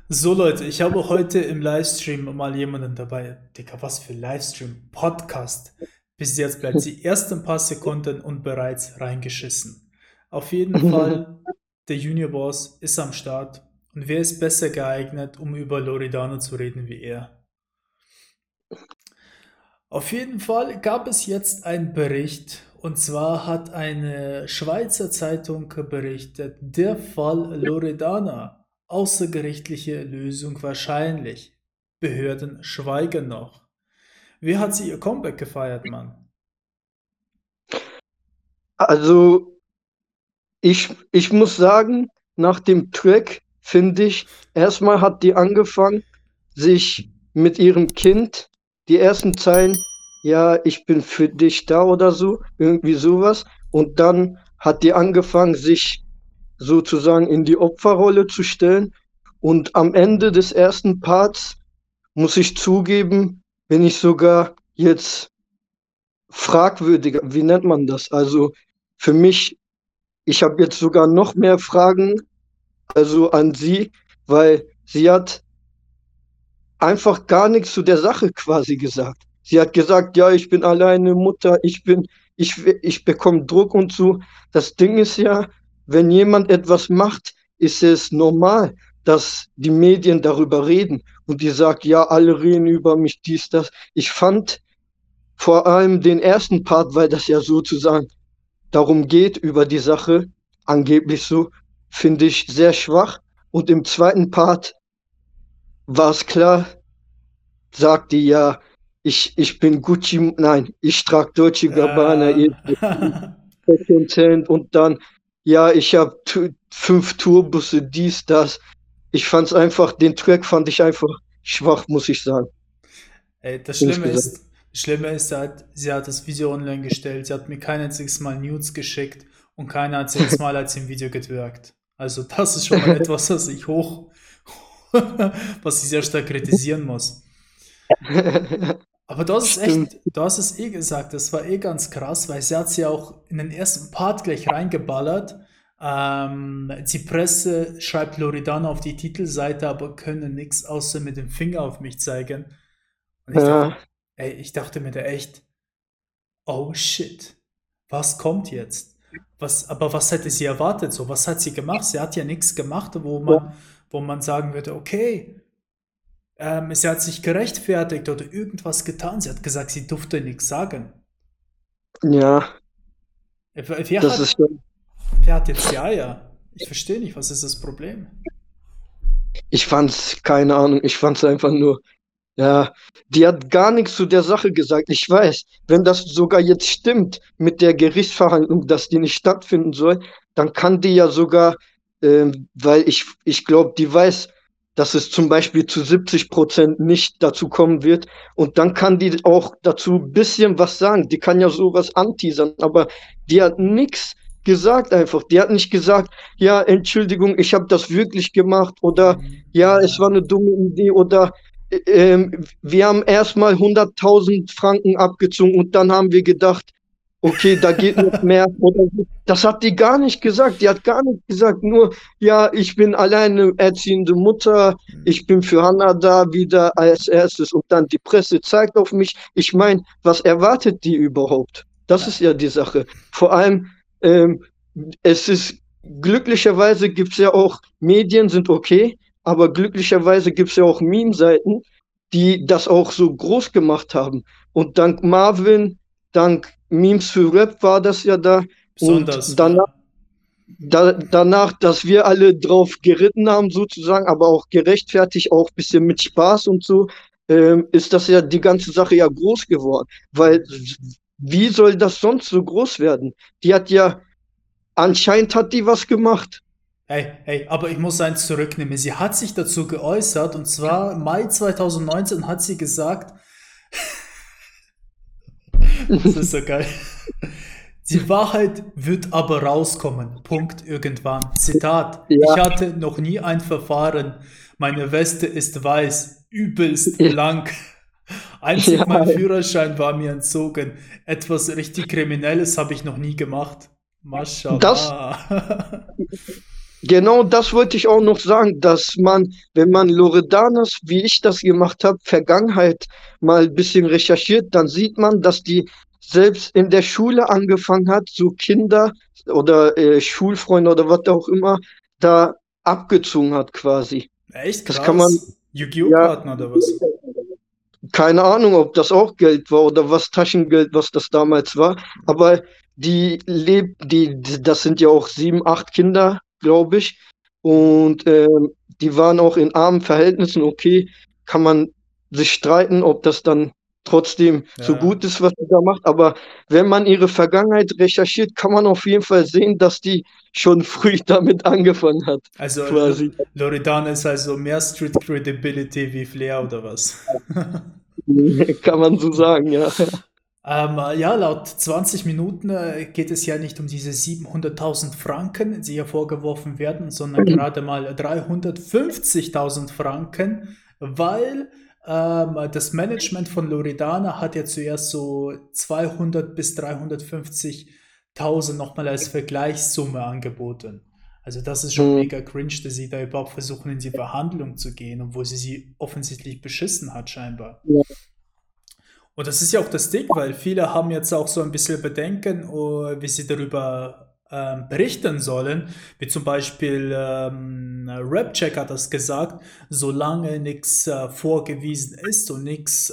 So Leute, ich habe heute im Livestream mal jemanden dabei. Digga, was für Livestream? Podcast. Bis jetzt bleibt die ersten paar Sekunden und bereits reingeschissen. Auf jeden Fall, der Junior Boss ist am Start. Und wer ist besser geeignet, um über Loredana zu reden wie er? Auf jeden Fall gab es jetzt einen Bericht, und zwar hat eine Schweizer Zeitung berichtet, der Fall Loredana, außergerichtliche Lösung wahrscheinlich. Behörden schweigen noch. Wie hat sie ihr Comeback gefeiert, Mann? Also ich muss sagen, nach dem Track finde ich, erstmal hat die angefangen, sich mit ihrem Kind die ersten Zeilen, ja, ich bin für dich da oder so, irgendwie sowas. Und dann hat die angefangen, sich sozusagen in die Opferrolle zu stellen. Und am Ende des ersten Parts, muss ich zugeben, bin ich sogar jetzt fragwürdiger, wie nennt man das? Also für mich, ich habe jetzt sogar noch mehr Fragen, also an sie, weil sie hat einfach gar nichts zu der Sache quasi gesagt. Sie hat gesagt, ja, ich bin alleine Mutter, ich bekomme Druck und so. Das Ding ist ja, wenn jemand etwas macht, ist es normal, dass die Medien darüber reden und die sagt, ja, alle reden über mich, dies, das. Ich fand vor allem den ersten Part, weil das ja sozusagen darum geht, über die Sache, angeblich so, finde ich sehr schwach. Und im zweiten Part war es klar, sagt die ja, ich bin Gucci, nein, ich trage Dolce Gabbana, Äh, ihr Secondhand und dann, ja, ich habe 5 Tourbusse, dies, das. Ich fand's einfach, den Track fand ich einfach schwach, muss ich sagen, Ey, insgesamt. das Schlimme ist, sie hat das Video online gestellt, sie hat mir kein einziges Mal Nudes geschickt und kein einziges Mal hat sie im Video getwerkt. Also das ist schon mal etwas, was ich sehr stark kritisieren muss. Aber Stimmt. du hast es eh gesagt, das war eh ganz krass, weil sie hat sie auch in den ersten Part gleich reingeballert. Die Presse schreibt Loredana auf die Titelseite, aber können nichts außer mit dem Finger auf mich zeigen. Und Ja, ich dachte mir da echt, oh shit, was kommt jetzt? Aber was hätte sie erwartet? So, was hat sie gemacht? Sie hat ja nichts gemacht, wo man sagen würde, okay, sie hat sich gerechtfertigt oder irgendwas getan. Sie hat gesagt, sie durfte nichts sagen. ja, Wer das ist hat, schon. wer hat jetzt die Eier? Ich verstehe nicht, was ist das Problem? Ich fand's, keine Ahnung, ich fand's einfach nur. Ja, die hat gar nichts zu der Sache gesagt. Ich weiß, wenn das sogar jetzt stimmt mit der Gerichtsverhandlung, dass die nicht stattfinden soll, dann kann die ja sogar, weil ich glaube, die weiß, dass es zum Beispiel zu 70% nicht dazu kommen wird. Und dann kann die auch dazu ein bisschen was sagen. Die kann ja sowas anteasern, aber die hat nichts gesagt einfach. Die hat nicht gesagt, ja, Entschuldigung, ich habe das wirklich gemacht oder ja, es war Ja. eine dumme Idee oder wir haben erstmal 100.000 Franken abgezogen und dann haben wir gedacht, okay, da geht noch mehr. Oder so. Das hat die gar nicht gesagt. Die hat gar nicht gesagt, nur, ja, ich bin alleine erziehende Mutter, ich bin für Hannah da wieder als erstes und dann die Presse zeigt auf mich. Ich meine, was erwartet die überhaupt? Das ist ja die Sache. Vor allem, ähm, es ist glücklicherweise gibt es ja auch Medien sind okay, aber glücklicherweise gibt es ja auch Meme-Seiten, die das auch so groß gemacht haben. Und dank Marvin, dank Memes für Rap war das ja da. Und Besonders, ja. danach, dass wir alle drauf geritten haben, sozusagen, aber auch gerechtfertigt, auch ein bisschen mit Spaß und so, ist das ja die ganze Sache ja groß geworden. Weil wie soll das sonst so groß werden? Die hat ja, anscheinend hat die was gemacht. Aber ich muss eins zurücknehmen. Sie hat sich dazu geäußert und zwar im Mai 2019 hat sie gesagt, das ist so geil. Die Wahrheit wird aber rauskommen. Punkt irgendwann. Zitat. Ich Ja, hatte noch nie ein Verfahren. Meine Weste ist weiß, übelst ja, lang. Einzig mein ja, Führerschein war mir entzogen. Etwas richtig Kriminelles habe ich noch nie gemacht. das, Mashallah. Genau das wollte ich auch noch sagen, dass man, wenn man Loredanas, wie ich das gemacht habe, Vergangenheit mal ein bisschen recherchiert, dann sieht man, dass die selbst in der Schule angefangen hat, so Kinder oder Schulfreunde oder was auch immer, da abgezogen hat quasi. Echt Das kann man, krass. Yu-Gi-Oh! ja, Karten oder was? keine Ahnung, ob das auch Geld war oder was Taschengeld, was das damals war, aber das sind ja auch 7, 8 Kinder, glaube ich, und die waren auch in armen Verhältnissen. Okay, kann man sich streiten, ob das dann trotzdem so Ja. gut ist, was sie da macht, aber wenn man ihre Vergangenheit recherchiert, kann man auf jeden Fall sehen, dass die schon früh damit angefangen hat, Also quasi. Loredana ist also mehr Street Credibility wie Flair oder was? Kann man so sagen, ja. Ja, laut 20 Minuten geht es ja nicht um diese 700.000 Franken, die hier vorgeworfen werden, sondern gerade mal 350.000 Franken, weil das Management von Loredana hat ja zuerst so 200 bis 350.000 nochmal als Vergleichssumme angeboten. Also das ist schon Hm, mega cringe, dass sie da überhaupt versuchen, in die Verhandlung zu gehen, obwohl sie offensichtlich beschissen hat scheinbar. ja. Und das ist ja auch das Ding, weil viele haben jetzt auch so ein bisschen Bedenken, wie sie darüber berichten sollen. Wie zum Beispiel Rapcheck hat das gesagt, solange nichts vorgewiesen ist und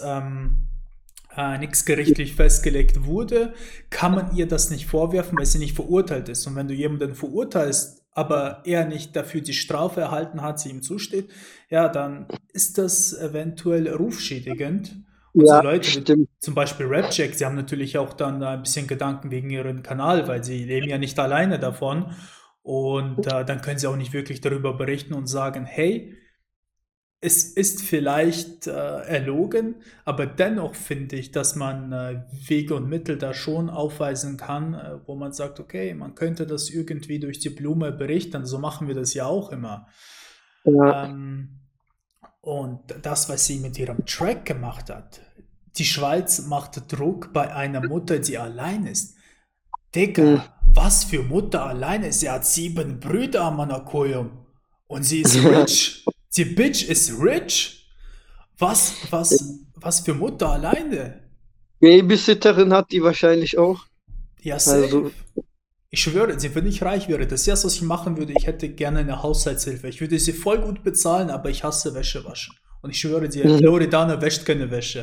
nichts gerichtlich festgelegt wurde, kann man ihr das nicht vorwerfen, weil sie nicht verurteilt ist. Und wenn du jemanden verurteilst, aber er nicht dafür die Strafe erhalten hat, sie ihm zusteht, ja, dann ist das eventuell rufschädigend. Und so Ja, Leute wie stimmt. zum Beispiel Rapcheck, sie haben natürlich auch dann ein bisschen Gedanken wegen ihrem Kanal, weil sie leben ja nicht alleine davon. Und dann können sie auch nicht wirklich darüber berichten und sagen, hey, es ist vielleicht erlogen, aber dennoch finde ich, dass man Wege und Mittel da schon aufweisen kann, wo man sagt, okay, man könnte das irgendwie durch die Blume berichten, so machen wir das ja auch immer. Ja, Ähm, und das, was sie mit ihrem Track gemacht hat, die Schweiz macht Druck bei einer Mutter, die allein ist. hm. Digga, was für Mutter alleine? Sie hat 7 Brüder am Monacoium. Und sie ist rich. Die Bitch ist rich. Was für Mutter alleine? Babysitterin hat die wahrscheinlich auch. Ja, safe. Also, Ich schwöre, sie, wenn ich reich wäre, das erste, was ich machen würde, ich hätte gerne eine Haushaltshilfe. Ich würde sie voll gut bezahlen, aber ich hasse Wäsche waschen. Und ich schwöre dir, Loredana wäscht keine Wäsche.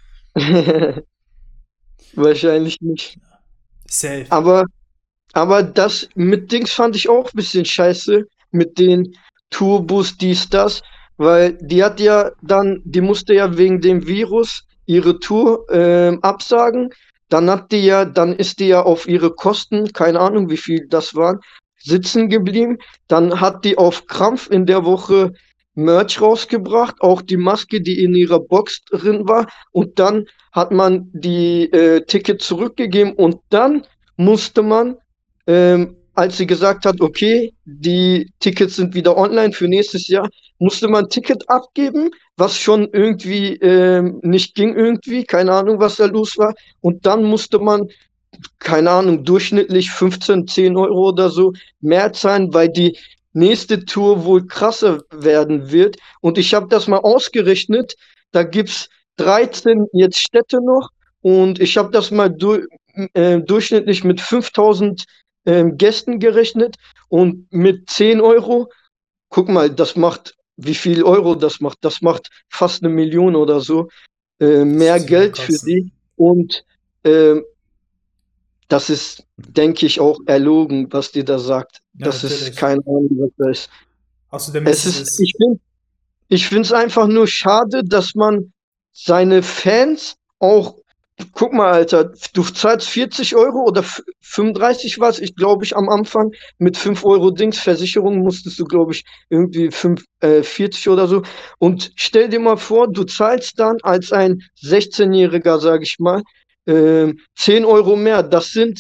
wahrscheinlich nicht. Safe. Aber, aber das mit Dings fand ich auch ein bisschen scheiße, mit den Tourbus, dies, das, weil die hat ja dann, die musste ja wegen dem Virus ihre Tour absagen. Dann ist die ja auf ihre Kosten, keine Ahnung, wie viel das waren, sitzen geblieben. Dann hat die auf Krampf in der Woche Merch rausgebracht, auch die Maske, die in ihrer Box drin war. Und dann hat man die Tickets zurückgegeben und dann musste man, als sie gesagt hat, okay, die Tickets sind wieder online für nächstes Jahr, musste man ein Ticket abgeben, was schon irgendwie nicht ging irgendwie, keine Ahnung, was da los war. Und dann musste man, keine Ahnung, durchschnittlich 15, 10 Euro oder so mehr zahlen, weil die nächste Tour wohl krasser werden wird. Und ich habe das mal ausgerechnet, da gibt's 13 jetzt Städte noch und ich habe das mal durchschnittlich mit 5000 Gästen gerechnet und mit 10 Euro. Guck mal, das macht, wie viel Euro das macht. Das macht fast 1 Million oder so. Das Mehr ist ja Geld für krass. die. Und ähm, das ist, denke ich, auch erlogen, was die da sagt. Ja, Das ist natürlich. keine Ahnung, was das ist. Außerdem ist Es es ist, es. ich finde es einfach nur schade, dass man seine Fans auch, guck mal, Alter, du zahlst 40 Euro oder 35 was, ich glaube ich am Anfang mit 5 Euro Dings, Versicherung musstest du, glaube ich, irgendwie 40 oder so. Und stell dir mal vor, du zahlst dann als ein 16-Jähriger, sage ich mal, 10 Euro mehr. Das sind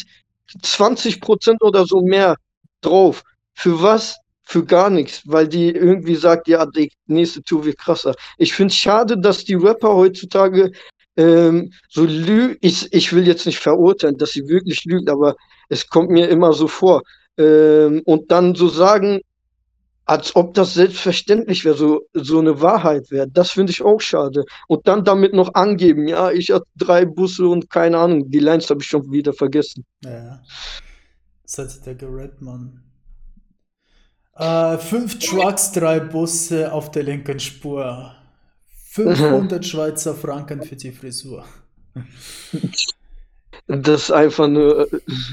20% oder so mehr drauf. Für was? Für gar nichts, weil die irgendwie sagt, ja, die nächste Tour wird krasser. Ich finde es schade, dass die Rapper heutzutage so lügen. Ich will jetzt nicht verurteilen, dass sie wirklich lügen, aber es kommt mir immer so vor. Und dann so sagen, als ob das selbstverständlich wäre, so eine Wahrheit wäre. Das finde ich auch schade. Und dann damit noch angeben, ja, ich habe 3 Busse und keine Ahnung, die Lines habe ich schon wieder vergessen. Ja, das hat der gerappt, Mann. 5 Trucks, 3 Busse auf der linken Spur. 500 Schweizer Franken für die Frisur. Das ist einfach nur,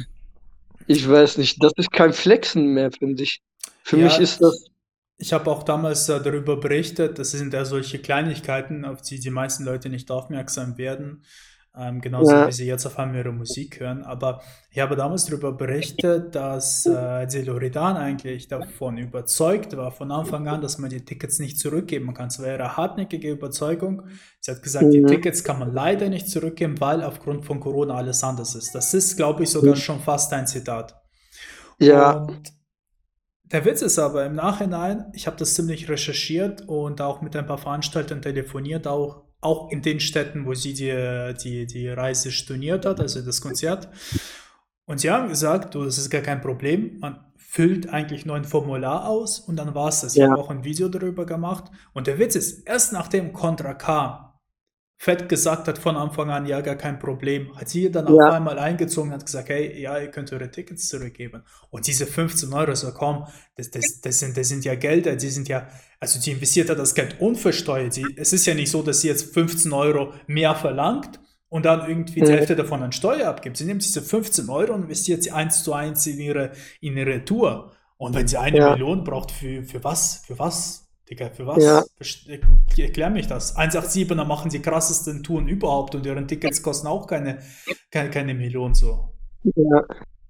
ich weiß nicht, das ist kein Flexen mehr, finde ich. Für mich Ja, ist das, ich habe auch damals darüber berichtet, das sind ja solche Kleinigkeiten, auf die die meisten Leute nicht aufmerksam werden, genauso wie ja, sie jetzt auf einmal ihre Musik hören. Aber ich habe damals darüber berichtet, dass die Loredan eigentlich davon überzeugt war, von Anfang an, dass man die Tickets nicht zurückgeben kann. Es war ihre hartnäckige Überzeugung. Sie hat gesagt, die mhm, Tickets kann man leider nicht zurückgeben, weil aufgrund von Corona alles anders ist. Das ist, glaube ich, sogar schon fast ein Zitat. ja, Und der Witz ist aber im Nachhinein, ich habe das ziemlich recherchiert und auch mit ein paar Veranstaltern telefoniert, auch in den Städten, wo sie die Reise storniert hat, also das Konzert. Und sie haben gesagt, du, das ist gar kein Problem, man füllt eigentlich nur ein Formular aus und dann war es das. Ich ja, habe auch ein Video darüber gemacht. Und der Witz ist, erst nachdem Contra kam, Fett gesagt hat von Anfang an, ja, gar kein Problem, hat sie dann auf ja, einmal eingezogen und hat gesagt, hey, ja, ihr könnt eure Tickets zurückgeben. Und diese 15 Euro, so komm, das sind ja Gelder, die sind ja, also die investiert hat das Geld unversteuert. Es ist ja nicht so, dass sie jetzt 15 Euro mehr verlangt und dann irgendwie die mhm, Hälfte davon an Steuer abgibt. Sie nimmt diese 15 Euro und investiert sie eins zu eins in ihre Tour. Und wenn sie eine ja, Million braucht, für was? Für was? Digga, für ja, was? Erklär mich das. 187er machen die krassesten Touren überhaupt und deren Tickets kosten auch keine Million so. ja,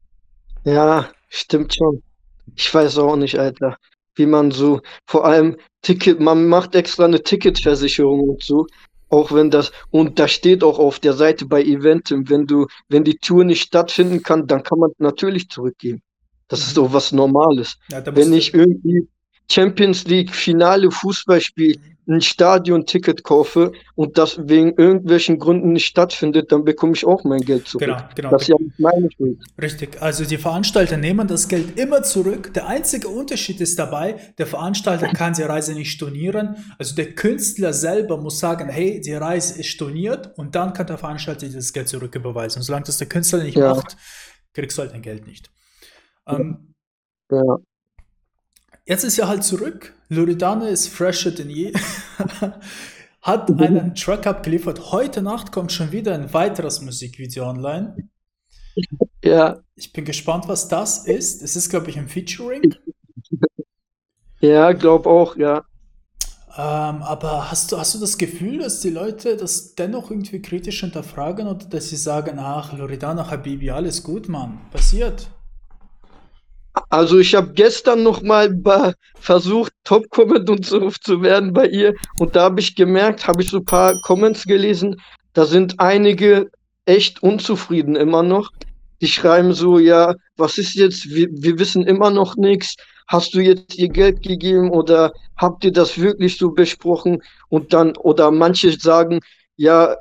ja, stimmt schon. Ich weiß auch nicht, Alter, wie man so, vor allem man macht extra eine Ticketversicherung und so, auch wenn das, und da steht auch auf der Seite bei Eventim, wenn die Tour nicht stattfinden kann, dann kann man natürlich zurückgeben. Das ist Mhm. doch was Normales. Ja, da Wenn musste. ich irgendwie Champions League Finale Fußballspiel ein Stadionticket kaufe und das wegen irgendwelchen Gründen nicht stattfindet, dann bekomme ich auch mein Geld zurück. Genau, genau. Das ist ja nicht meine Schuld. Richtig. Also die Veranstalter nehmen das Geld immer zurück. Der einzige Unterschied ist dabei, der Veranstalter kann die Reise nicht stornieren. Also der Künstler selber muss sagen, hey, die Reise ist storniert und dann kann der Veranstalter dieses Geld zurücküberweisen. Und solange das der Künstler nicht Ja, macht, kriegst du halt dein Geld nicht. Ähm, ja. Jetzt ist er halt zurück. Loredana ist fresher denn je. Hat einen Track abgeliefert. Heute Nacht kommt schon wieder ein weiteres Musikvideo online. Ja, Ich bin gespannt, was das ist. Es ist, glaube ich, ein Featuring. ja, glaub auch, ja. Aber hast du das Gefühl, dass die Leute das dennoch irgendwie kritisch hinterfragen oder dass sie sagen, ach, Loredana Habibi, alles gut, Mann, passiert? Also ich habe gestern noch mal versucht, Top-Comment und so zu werden bei ihr. Und da habe ich gemerkt, habe ich so ein paar Comments gelesen, da sind einige echt unzufrieden immer noch. Die schreiben so, ja, was ist jetzt, wir wissen immer noch nichts. Hast du jetzt ihr Geld gegeben oder habt ihr das wirklich so besprochen? Und dann, oder manche sagen, ja,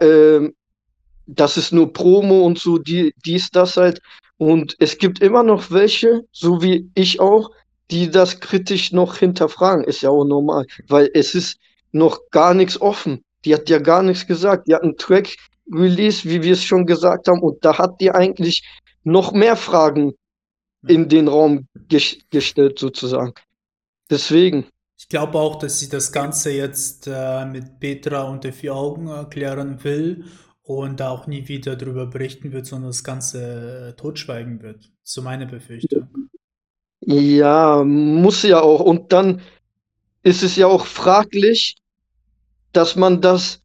das ist nur Promo und so, dies, das halt. Und es gibt immer noch welche, so wie ich auch, die das kritisch noch hinterfragen. Ist ja auch normal, weil es ist noch gar nichts offen. Die hat ja gar nichts gesagt. Die hat einen Track release, wie wir es schon gesagt haben, und da hat die eigentlich noch mehr Fragen in den Raum gestellt, sozusagen. Deswegen, Ich glaube auch, dass sie das Ganze jetzt mit Petra unter 4 Augen klären will und da auch nie wieder darüber berichten wird, sondern das Ganze totschweigen wird. So meine Befürchtung. ja, muss ja auch. Und dann ist es ja auch fraglich, dass man das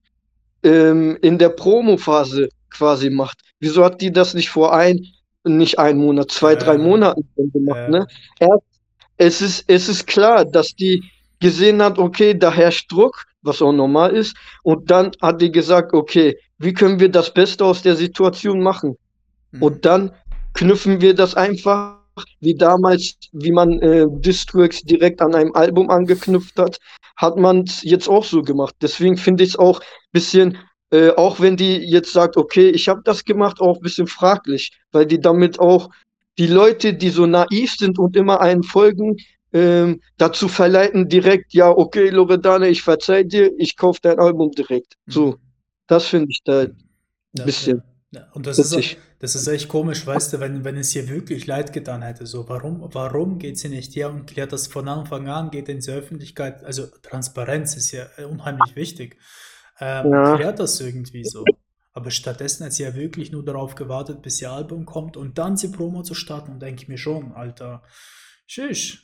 in der Promophase quasi macht. Wieso hat die das nicht ein Monat, 2, 3 Monaten schon gemacht, Äh, ne? Erst, es ist klar, dass die gesehen hat, okay, da herrscht Druck, was auch normal ist, und dann hat die gesagt, okay, wie können wir das Beste aus der Situation machen? mhm. Und dann knüpfen wir das einfach, wie damals, wie man Distracks direkt an einem Album angeknüpft hat, hat man es jetzt auch so gemacht. Deswegen finde ich es auch ein bisschen, auch wenn die jetzt sagt, okay, ich habe das gemacht, auch ein bisschen fraglich, weil die damit auch die Leute, die so naiv sind und immer einen folgen, dazu verleiten, direkt, ja, okay, Loredana, ich verzeih dir, ich kaufe dein Album direkt. So, Mhm. das finde ich da ein Ja, ja, bisschen ja. Und kritisch. das ist echt komisch, weißt du, wenn es ihr wirklich leid getan hätte, so, warum geht sie nicht her und klärt das von Anfang an, geht in die Öffentlichkeit, also Transparenz ist ja unheimlich wichtig, Ja, klärt das irgendwie so. Aber stattdessen hat sie ja wirklich nur darauf gewartet, bis ihr Album kommt und dann sie Promo zu starten und denke ich mir schon, Alter, tschüss,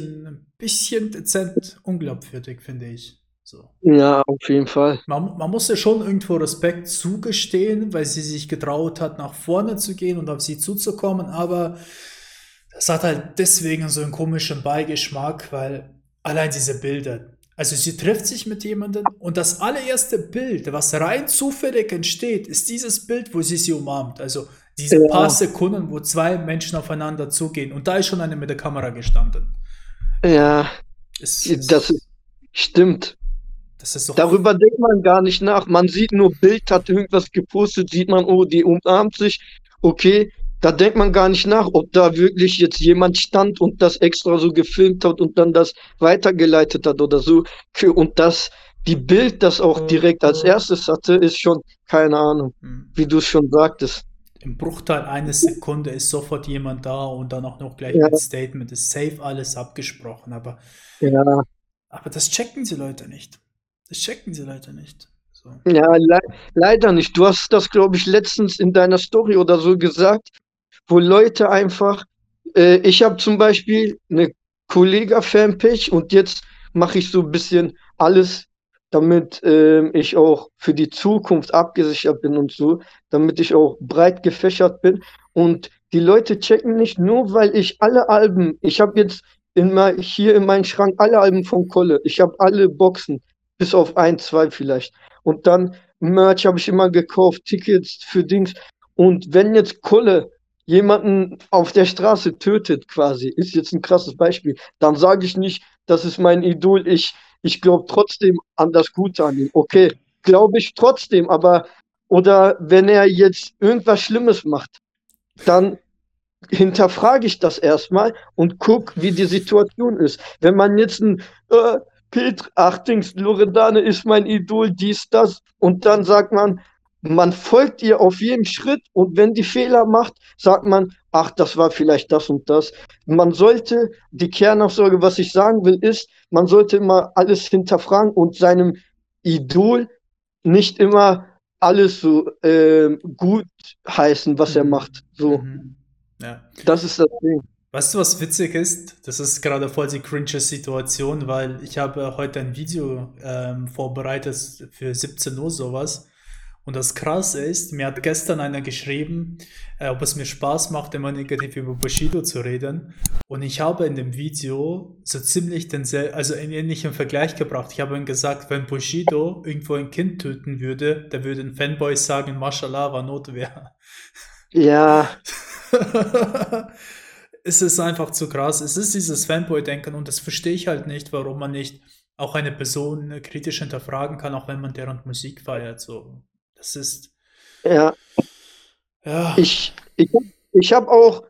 bisschen dezent unglaubwürdig, finde ich. So. ja, auf jeden Fall. Man muss ihr schon irgendwo Respekt zugestehen, weil sie sich getraut hat, nach vorne zu gehen und auf sie zuzukommen, aber das hat halt deswegen so einen komischen Beigeschmack, weil allein diese Bilder. Also sie trifft sich mit jemandem und das allererste Bild, was rein zufällig entsteht, ist dieses Bild, wo sie umarmt. Also diese paar Ja, Sekunden, wo zwei Menschen aufeinander zugehen und da ist schon eine mit der Kamera gestanden. ja, Es das ist, stimmt. das ist doch. Darüber denkt man gar nicht nach. Man sieht nur Bild, hat irgendwas gepostet, sieht man, oh, die umarmt sich. Okay, da denkt man gar nicht nach, ob da wirklich jetzt jemand stand und das extra so gefilmt hat und dann das weitergeleitet hat oder so. Und die Bild, das auch direkt als erstes hatte, ist schon, keine Ahnung, Hm. wie du es schon sagtest. Im Bruchteil einer Sekunde ist sofort jemand da und dann auch noch gleich Ja, mit Statement, ist safe alles abgesprochen, ja, aber das checken die Leute nicht. Das checken die Leute nicht. So. ja, leider nicht. Du hast das, glaube ich, letztens in deiner Story oder so gesagt, wo Leute einfach, ich habe zum Beispiel eine Kollega-Fanpage und jetzt mache ich so ein bisschen alles, damit ich auch für die Zukunft abgesichert bin und so, damit ich auch breit gefächert bin. Und die Leute checken nicht, nur weil ich alle Alben, ich habe jetzt hier in meinem Schrank alle Alben von Kolle, ich habe alle Boxen, bis auf ein, zwei vielleicht. Und dann Merch habe ich immer gekauft, Tickets für Dings. Und wenn jetzt Kolle jemanden auf der Straße tötet, quasi, ist jetzt ein krasses Beispiel, dann sage ich nicht, das ist mein Idol, ich glaube trotzdem an das Gute an ihm. Okay, glaube ich trotzdem, aber, oder wenn er jetzt irgendwas Schlimmes macht, dann hinterfrage ich das erstmal und guck, wie die Situation ist. Wenn man jetzt Petr, ach Dings, Loredane ist mein Idol, dies, das, und dann sagt man, man folgt ihr auf jeden Schritt und wenn die Fehler macht, sagt man, ach, das war vielleicht das und das. Man sollte, die Kernaussage, was ich sagen will, ist, man sollte immer alles hinterfragen und seinem Idol nicht immer alles so gut heißen, was er Mhm. macht. So. Mhm. Ja. Das ist das Ding. Weißt du, was witzig ist? Das ist gerade voll die cringe Situation, weil ich habe heute ein Video vorbereitet für 17 Uhr sowas. Und das Krasse ist, mir hat gestern einer geschrieben, ob es mir Spaß macht, immer negativ über Bushido zu reden. Und ich habe in dem Video so ziemlich also einen ähnlichen Vergleich gebracht. Ich habe ihm gesagt, wenn Bushido irgendwo ein Kind töten würde, der würde ein Fanboy sagen, Mashallah, war Notwehr. Ja, Es ist einfach zu krass. Es ist dieses Fanboy-Denken und das verstehe ich halt nicht, warum man nicht auch eine Person kritisch hinterfragen kann, auch wenn man deren Musik feiert. So, das ist, ja. ja, Ich habe auch,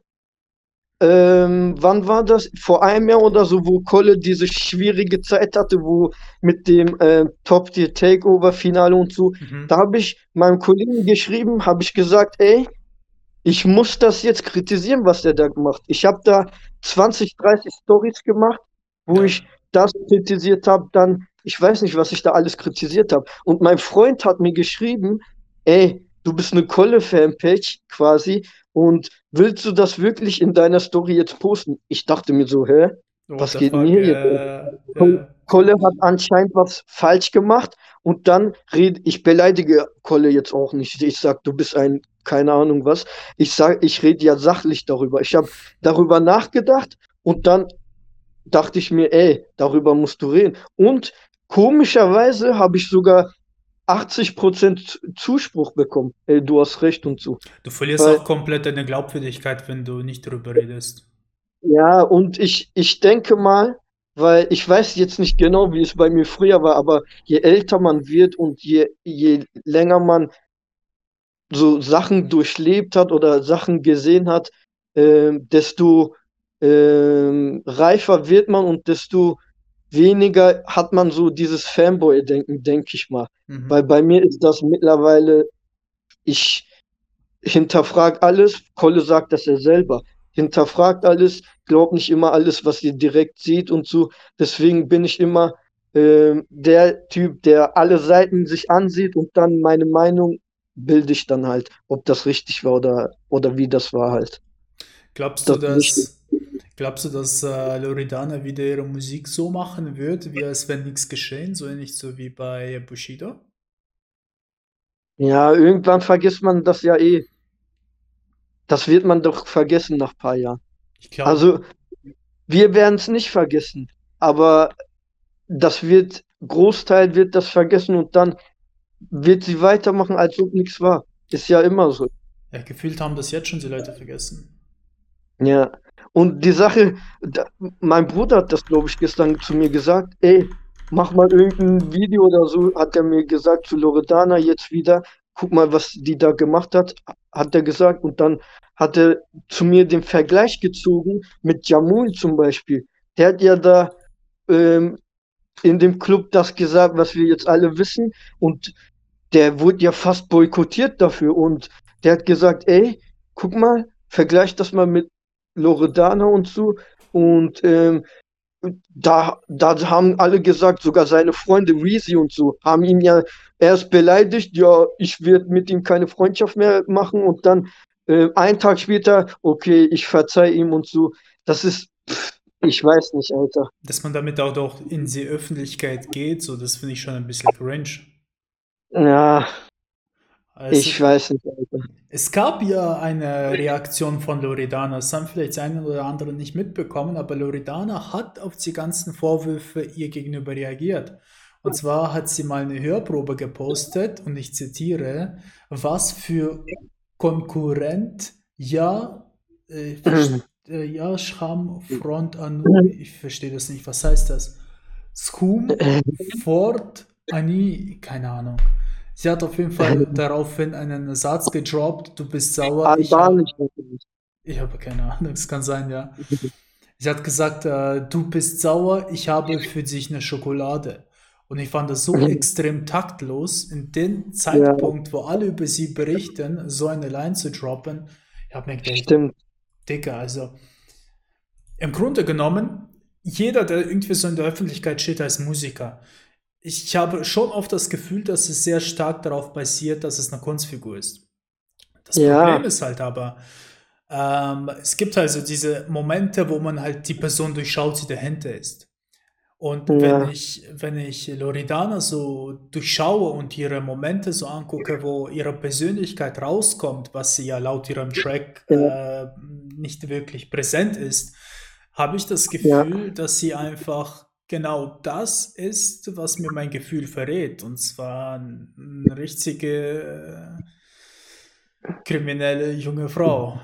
wann war das? Vor einem Jahr oder so, wo Kolle diese schwierige Zeit hatte, wo mit dem Top Tier Takeover Finale und so, da mhm. habe ich meinem Kollegen geschrieben, habe ich gesagt, ey, ich muss das jetzt kritisieren, was der da gemacht. Ich habe da 20, 30 Stories gemacht, wo Ja, ich das kritisiert habe, dann, ich weiß nicht, was ich da alles kritisiert habe. Und mein Freund hat mir geschrieben, ey, du bist eine Kolle-Fanpage quasi und willst du das wirklich in deiner Story jetzt posten? Ich dachte mir so, hä? what Was the geht denn fuck, hier jetzt? Kolle hat anscheinend was falsch gemacht und dann ich beleidige Kolle jetzt auch nicht. Ich sag, du bist ein, keine Ahnung was. Ich rede ja sachlich darüber. Ich habe darüber nachgedacht und dann dachte ich mir, ey, darüber musst du reden. Und komischerweise habe ich sogar 80% Zuspruch bekommen. Ey, du hast recht und so. du verlierst Weil, auch komplett deine Glaubwürdigkeit, wenn du nicht darüber redest. ja, und ich denke mal, weil ich weiß jetzt nicht genau, wie es bei mir früher war, aber je älter man wird und je länger man so Sachen durchlebt hat oder Sachen gesehen hat, desto reifer wird man und desto weniger hat man so dieses Fanboy-Denken, denke ich mal. Weil Mhm. bei mir ist das mittlerweile, ich hinterfragt alles. Kolle sagt das ja selber. Hinterfragt alles, glaubt nicht immer alles, was ihr direkt sieht und so. Deswegen bin ich immer der Typ, der alle Seiten sich ansieht und dann meine Meinung bilde ich dann halt, ob das richtig war oder wie das war halt. Glaubst du, Das ist wichtig. dass, glaubst du, dass Loredana wieder ihre Musik so machen wird, wie als wenn nichts geschehen, so ähnlich so wie bei Bushido? Ja, irgendwann vergisst man das ja eh. Das wird man doch vergessen nach ein paar Jahren. Ich glaube, Also, wir werden es nicht vergessen, aber Großteil wird das vergessen und dann wird sie weitermachen, als ob nichts war. Ist ja immer so. ja, gefühlt haben das jetzt schon die Leute vergessen. Ja. Und die Sache, mein Bruder hat das, glaube ich, gestern zu mir gesagt, ey, mach mal irgendein Video oder so, hat er mir gesagt, zu Loredana jetzt wieder, guck mal, was die da gemacht hat er gesagt. Und dann hat er zu mir den Vergleich gezogen mit Jamul zum Beispiel. Der hat ja da ähm, in dem Club das gesagt, was wir jetzt alle wissen. Und der wurde ja fast boykottiert dafür und der hat gesagt, ey, guck mal, vergleich das mal mit Loredana und so und da haben alle gesagt, sogar seine Freunde Reezy und so, haben ihn ja erst beleidigt, ja, ich werde mit ihm keine Freundschaft mehr machen und dann einen Tag später, okay, ich verzeih ihm und so. Das ist, ich weiß nicht, Alter. Dass man damit auch doch in die Öffentlichkeit geht, so, das finde ich schon ein bisschen cringe. Ja, Also, ich weiß nicht, Alter. es gab ja eine Reaktion von Loredana, das haben vielleicht die einen oder anderen nicht mitbekommen, aber Loredana hat auf die ganzen Vorwürfe ihr gegenüber reagiert. Und zwar hat sie mal eine Hörprobe gepostet und ich zitiere, was für Konkurrent, ja, ja, Schram, Front, Anu, ich verstehe das nicht, was heißt das? Skum, Ford, Ani, keine Ahnung. Sie hat auf jeden Fall daraufhin einen Satz gedroppt, du bist sauer, Albanisch natürlich. ich habe keine Ahnung, das kann sein, ja. Sie hat gesagt, du bist sauer, ich habe für dich eine Schokolade. Und ich fand das so extrem taktlos, in dem Ja, Zeitpunkt, wo alle über sie berichten, so eine Line zu droppen. Ich habe mir gedacht, stimmt. Digga, also im Grunde genommen, jeder, der irgendwie so in der Öffentlichkeit steht als Musiker, ich habe schon oft das Gefühl, dass es sehr stark darauf basiert, dass es eine Kunstfigur ist. Das Problem Ja, ist halt aber, es gibt also diese Momente, wo man halt die Person durchschaut, die dahinter ist. Und ja, wenn ich Loredana so durchschaue und ihre Momente so angucke, wo ihre Persönlichkeit rauskommt, was sie ja laut ihrem Track ja, nicht wirklich präsent ist, habe ich das ja, Gefühl, dass sie einfach genau das ist, was mir mein Gefühl verrät. Und zwar eine richtige kriminelle junge Frau.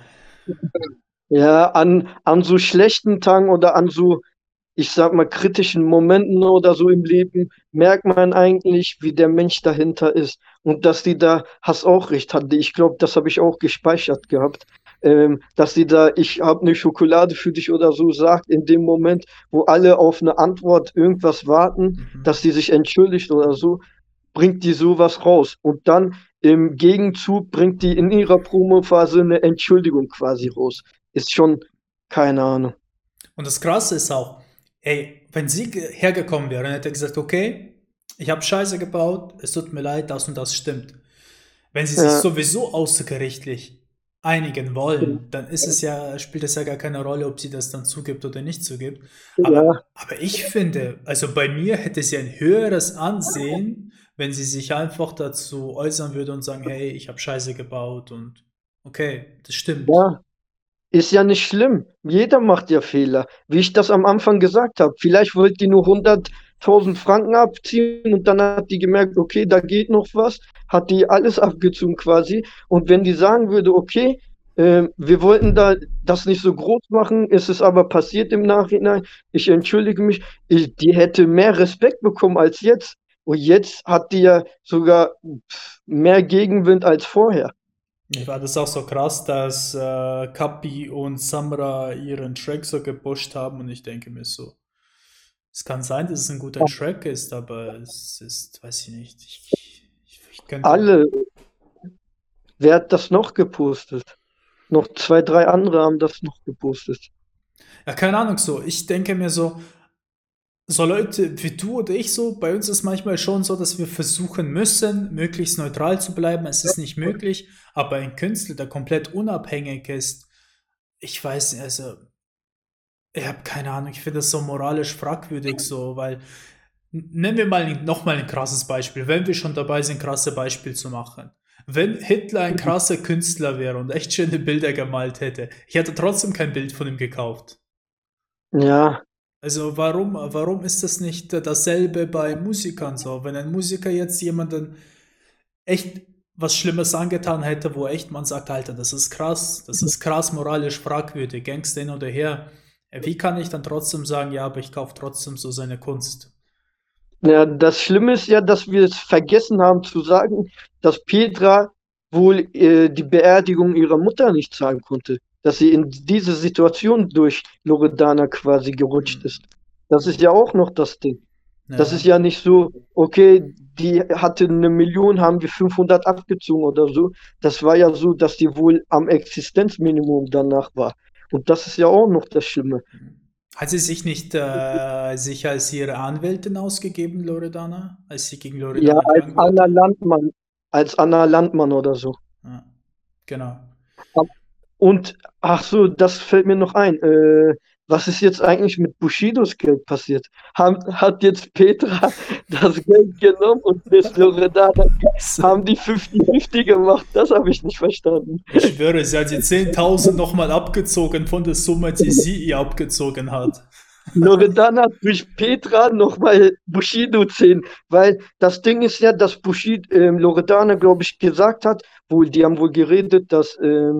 ja, an so schlechten Tagen oder an so, ich sag mal, kritischen Momenten oder so im Leben merkt man eigentlich, wie der Mensch dahinter ist. Und dass die da, hast auch recht, hatte ich glaube, das habe ich auch gespeichert gehabt, dass die da, ich habe eine Schokolade für dich oder so sagt, in dem Moment, wo alle auf eine Antwort irgendwas warten, dass Mhm. die sich entschuldigt oder so, bringt die sowas raus. Und dann im Gegenzug bringt die in ihrer Promophase eine Entschuldigung quasi raus. Ist schon, keine Ahnung. Und das Krasse ist auch, ey, wenn sie hergekommen wäre und hätte gesagt, okay, ich habe Scheiße gebaut, es tut mir leid, das und das stimmt. Wenn sie sich Ja, sowieso außergerichtlich einigen wollen, dann ist es ja, spielt es ja gar keine Rolle, ob sie das dann zugibt oder nicht zugibt. ja, Aber ich finde, also bei mir hätte sie ein höheres Ansehen, wenn sie sich einfach dazu äußern würde und sagen, hey, ich habe Scheiße gebaut und okay, das stimmt. ja. Ist ja nicht schlimm. Jeder macht ja Fehler. Wie ich das am Anfang gesagt habe. Vielleicht wollte die nur 100.000 Franken abziehen und dann hat die gemerkt, okay, da geht noch was, hat die alles abgezogen quasi. Und wenn die sagen würde, okay, wir wollten da das nicht so groß machen, ist es aber passiert im Nachhinein, ich entschuldige mich, die hätte mehr Respekt bekommen als jetzt. Und jetzt hat die ja sogar mehr Gegenwind als vorher. Ich war das auch so krass, dass Kapi und Samra ihren Track so gepusht haben und ich denke mir so, es kann sein, dass es ein guter Track ist, aber es ist, weiß ich nicht, ich könnte, Alle, wer hat das noch gepostet? Noch zwei, drei andere haben das noch gepostet. ja, keine Ahnung so, ich denke mir so, so Leute wie du oder ich so, bei uns ist manchmal schon so, dass wir versuchen müssen, möglichst neutral zu bleiben. Es ist nicht möglich, aber ein Künstler, der komplett unabhängig ist, ich weiß nicht, also ich habe keine Ahnung, ich finde das so moralisch fragwürdig so, weil nennen wir mal nochmal ein krasses Beispiel, wenn wir schon dabei sind, krasse Beispiele zu machen. Wenn Hitler ein krasser Künstler wäre und echt schöne Bilder gemalt hätte, ich hätte trotzdem kein Bild von ihm gekauft. Ja, Also warum ist das nicht dasselbe bei Musikern so? Wenn ein Musiker jetzt jemanden echt was Schlimmes angetan hätte, wo echt man sagt, Alter, das ist krass moralisch fragwürdig, Gangster hin oder her. Wie kann ich dann trotzdem sagen, ja, aber ich kaufe trotzdem so seine Kunst? ja, das Schlimme ist ja, dass wir es vergessen haben zu sagen, dass Petra wohl die Beerdigung ihrer Mutter nicht zahlen konnte. Dass sie in diese Situation durch Loredana quasi gerutscht Hm. ist. Das ist ja auch noch das Ding. Das ist Ja. ja nicht so, okay, die hatte 1 Million, haben wir 500 abgezogen oder so. Das war ja so, dass die wohl am Existenzminimum danach war. Und das ist ja auch noch das Schlimme. Hat sie sich nicht sich als ihre Anwältin ausgegeben, Loredana, als sie gegen Ja, Loredana klagen wollte? Als Anna Landmann oder so. Ja, genau. Und ach so, das fällt mir noch ein. Was ist jetzt eigentlich mit Bushidos Geld passiert? Hat jetzt Petra das Geld genommen und Miss Loredana haben die 50-50 gemacht? Das habe ich nicht verstanden. Ich schwöre, sie hat die 10.000 nochmal abgezogen von der Summe, die sie ihr abgezogen hat. Loredana hat durch Petra nochmal Bushido 10, weil das Ding ist ja, dass Loredana, glaube ich, gesagt hat, die haben wohl geredet, dass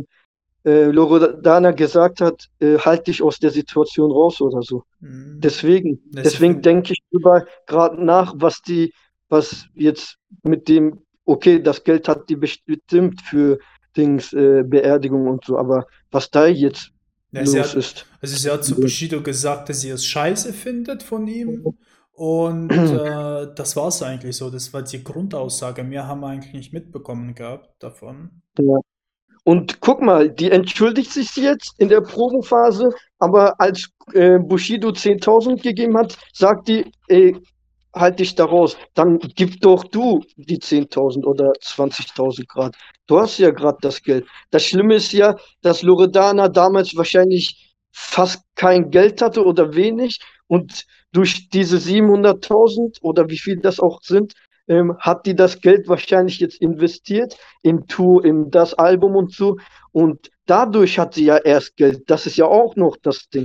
Loredana gesagt hat, halt dich aus der Situation raus oder so. Hm. Das ist Deswegen denke ich über gerade nach, was jetzt mit dem, okay, das Geld hat die bestimmt für Beerdigung und so, aber was da jetzt ja, los ist. sie hat zu Bushido gesagt, dass sie es scheiße findet von ihm. Und das war es eigentlich so. Das war die Grundaussage. Mehr haben wir eigentlich nicht mitbekommen gehabt davon. Ja. Und guck mal, die entschuldigt sich jetzt in der Promophase, aber als Bushido 10.000 gegeben hat, sagt die, halt dich da raus. Dann gib doch du die 10.000 oder 20.000 Grad. Du hast ja gerade das Geld. Das Schlimme ist ja, dass Loredana damals wahrscheinlich fast kein Geld hatte oder wenig und durch diese 700.000 oder wie viel das auch sind, hat die das Geld wahrscheinlich jetzt investiert in das Album und so und dadurch hat sie ja erst Geld. Das ist ja auch noch das Ding.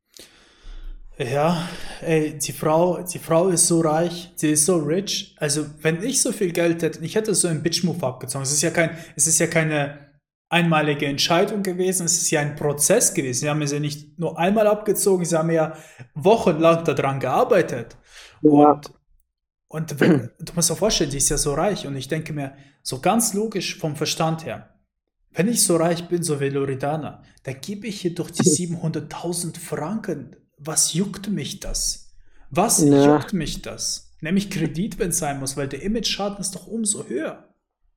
Ja, ey, die Frau ist so reich, sie ist so rich. Also, wenn ich so viel Geld hätte, ich hätte so einen Bitch-Move abgezogen. Es ist ja keine einmalige Entscheidung gewesen, es ist ja ein Prozess gewesen. Sie haben es ja nicht nur einmal abgezogen, sie haben ja wochenlang daran gearbeitet. Ja, Und, du musst dir vorstellen, die ist ja so reich. Und ich denke mir, so ganz logisch vom Verstand her, wenn ich so reich bin, so wie Loredana, dann gebe ich ihr doch die 700.000 Franken. Was juckt mich das? Was ja. juckt mich das? Nämlich Kredit, wenn es sein muss, weil der Image-Schaden ist doch umso höher.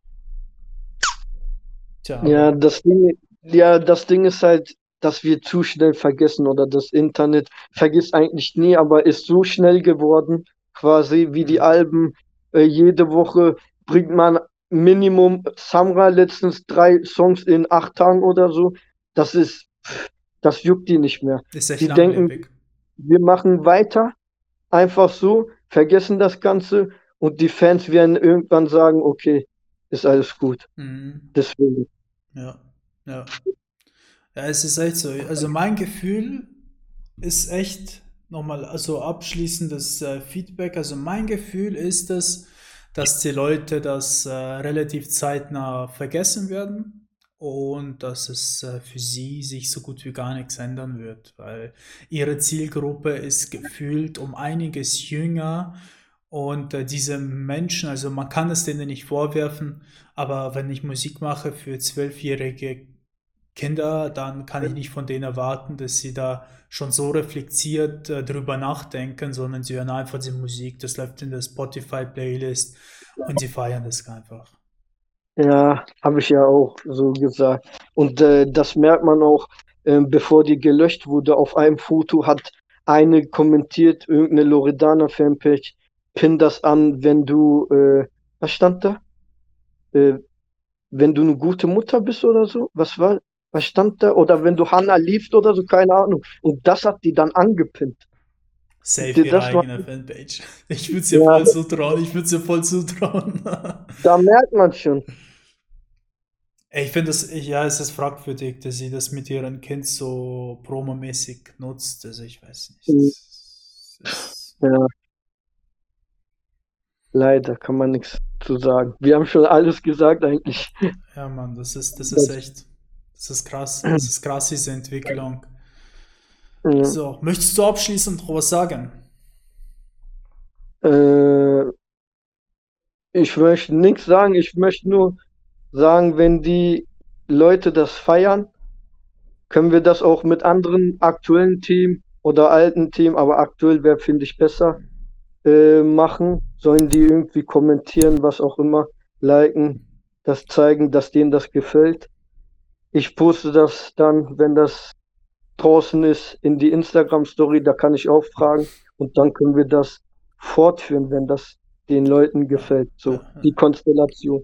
Tja, Ja, aber das Ding ist halt, dass wir zu schnell vergessen oder das Internet vergisst eigentlich nie, aber ist so schnell geworden, quasi wie die hm, Alben. Jede Woche bringt man Minimum Samra letztens 3 Songs in 8 Tagen oder so. Das ist, das juckt die nicht mehr. ist echt Die denken, langlebig. wir machen weiter, einfach so, vergessen das Ganze und die Fans werden irgendwann sagen, okay, ist alles gut. Hm, Deswegen. ja, ja. Ja, es ist echt so. Also mein Gefühl ist echt nochmal, also abschließendes Feedback. Also mein Gefühl ist es, dass die Leute das relativ zeitnah vergessen werden und dass es für sie sich so gut wie gar nichts ändern wird, weil ihre Zielgruppe ist gefühlt um einiges jünger Und diese Menschen, also man kann es denen nicht vorwerfen, aber wenn ich Musik mache für 12-jährige Kinder, dann kann ich nicht von denen erwarten, dass sie da schon so reflektiert drüber nachdenken, sondern sie hören einfach die Musik, das läuft in der Spotify-Playlist und sie feiern das einfach. Ja, habe ich ja auch so gesagt. Und das merkt man auch, bevor die gelöscht wurde. Auf einem Foto hat eine kommentiert, irgendeine Loredana-Fanpage, pin das an, wenn du, was stand da? Äh, wenn du eine gute Mutter bist oder so? Was stand da? Oder wenn du Hannah liebst oder so, keine Ahnung. Und das hat die dann angepinnt. Safe ihre Das war, eigene Fanpage. Ich würde es ihr ja, voll zutrauen, ich würde es ihr voll zutrauen. da merkt man schon. Ich finde es, ja, es ist fragwürdig, dass sie das mit ihrem Kind so promomäßig nutzt. Also ich weiß nicht. Es ist, Ja, leider kann man nichts zu sagen. Wir haben schon alles gesagt eigentlich. ja, Mann, das ist Das, echt, das ist krass. Das ist krass, diese Entwicklung. ja. So, möchtest du abschließend noch was sagen? Äh, Ich möchte nichts sagen. Ich möchte nur sagen, wenn die Leute das feiern, können wir das auch mit anderen aktuellen Team oder alten Team, aber aktuell wäre, finde ich, besser, machen. Sollen die irgendwie kommentieren, was auch immer, liken, das zeigen, dass denen das gefällt. Ich poste das dann, wenn das draußen ist, in die Instagram-Story, da kann ich auch fragen und dann können wir das fortführen, wenn das den Leuten Ja, gefällt. So, ja, die ja. Konstellation.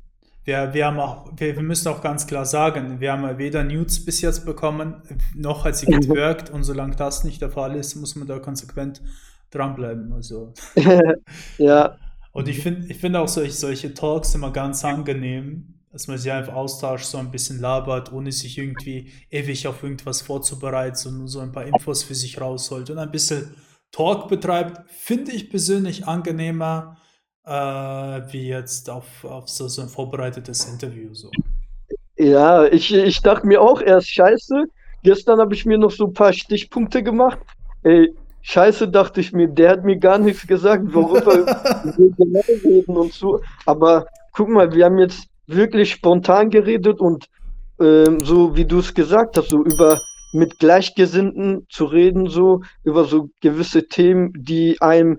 Wir müssen auch ganz klar sagen, wir haben weder Nudes bis jetzt bekommen, noch hat sie getwerkt und solange das nicht der Fall ist, muss man da konsequent dranbleiben. Also, Ja, und ich finde auch solche Talks immer ganz angenehm, dass man sich einfach austauscht, so ein bisschen labert, ohne sich irgendwie ewig auf irgendwas vorzubereiten, sondern so ein paar Infos für sich rausholt und ein bisschen Talk betreibt, finde ich persönlich angenehmer, wie jetzt auf so ein vorbereitetes Interview so. ja, ich dachte mir auch erst, scheiße. Gestern habe ich mir noch so ein paar Stichpunkte gemacht. Ey, scheiße, dachte ich mir, der hat mir gar nichts gesagt, worüber wir genau reden und so. Aber guck mal, wir haben jetzt wirklich spontan geredet und so wie du es gesagt hast, so über mit Gleichgesinnten zu reden, so über so gewisse Themen, die einem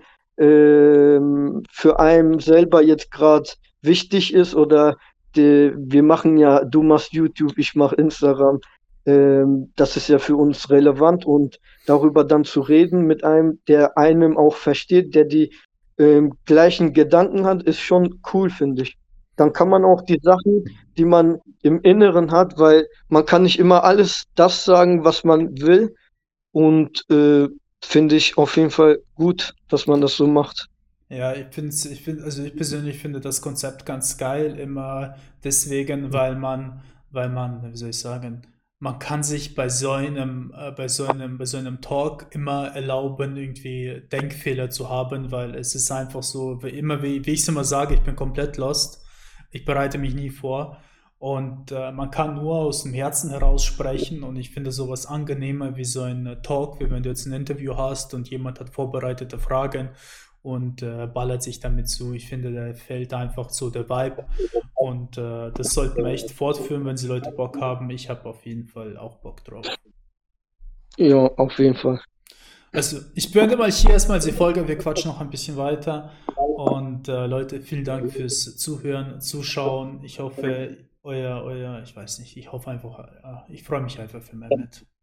für einen selber jetzt gerade wichtig ist oder wir machen ja, du machst YouTube, ich mache Instagram. Das ist ja für uns relevant und darüber dann zu reden mit einem, der einem auch versteht, der die gleichen Gedanken hat, ist schon cool, finde ich. Dann kann man auch die Sachen, die man im Inneren hat, weil man kann nicht immer alles das sagen, was man will und finde ich auf jeden Fall gut, dass man das so macht. Ja, also ich persönlich finde das Konzept ganz geil, immer deswegen, weil man, wie soll ich sagen, man kann sich bei so einem Talk immer erlauben, irgendwie Denkfehler zu haben, weil es ist einfach so, wie ich es immer sage, ich bin komplett lost. Ich bereite mich nie vor. Und man kann nur aus dem Herzen heraus sprechen und ich finde sowas angenehmer wie so ein Talk, wie wenn du jetzt ein Interview hast und jemand hat vorbereitete Fragen und ballert sich damit zu. Ich finde, da fällt einfach so der Vibe und das sollten wir echt fortführen, wenn die Leute Bock haben. Ich habe auf jeden Fall auch Bock drauf. Ja, auf jeden Fall. Also, ich beende mal hier erstmal die Folge. Wir quatschen noch ein bisschen weiter. Und Leute, vielen Dank fürs Zuhören, Zuschauen. Ich hoffe, ich weiß nicht, ich hoffe einfach, ich freue mich einfach für Mehmet.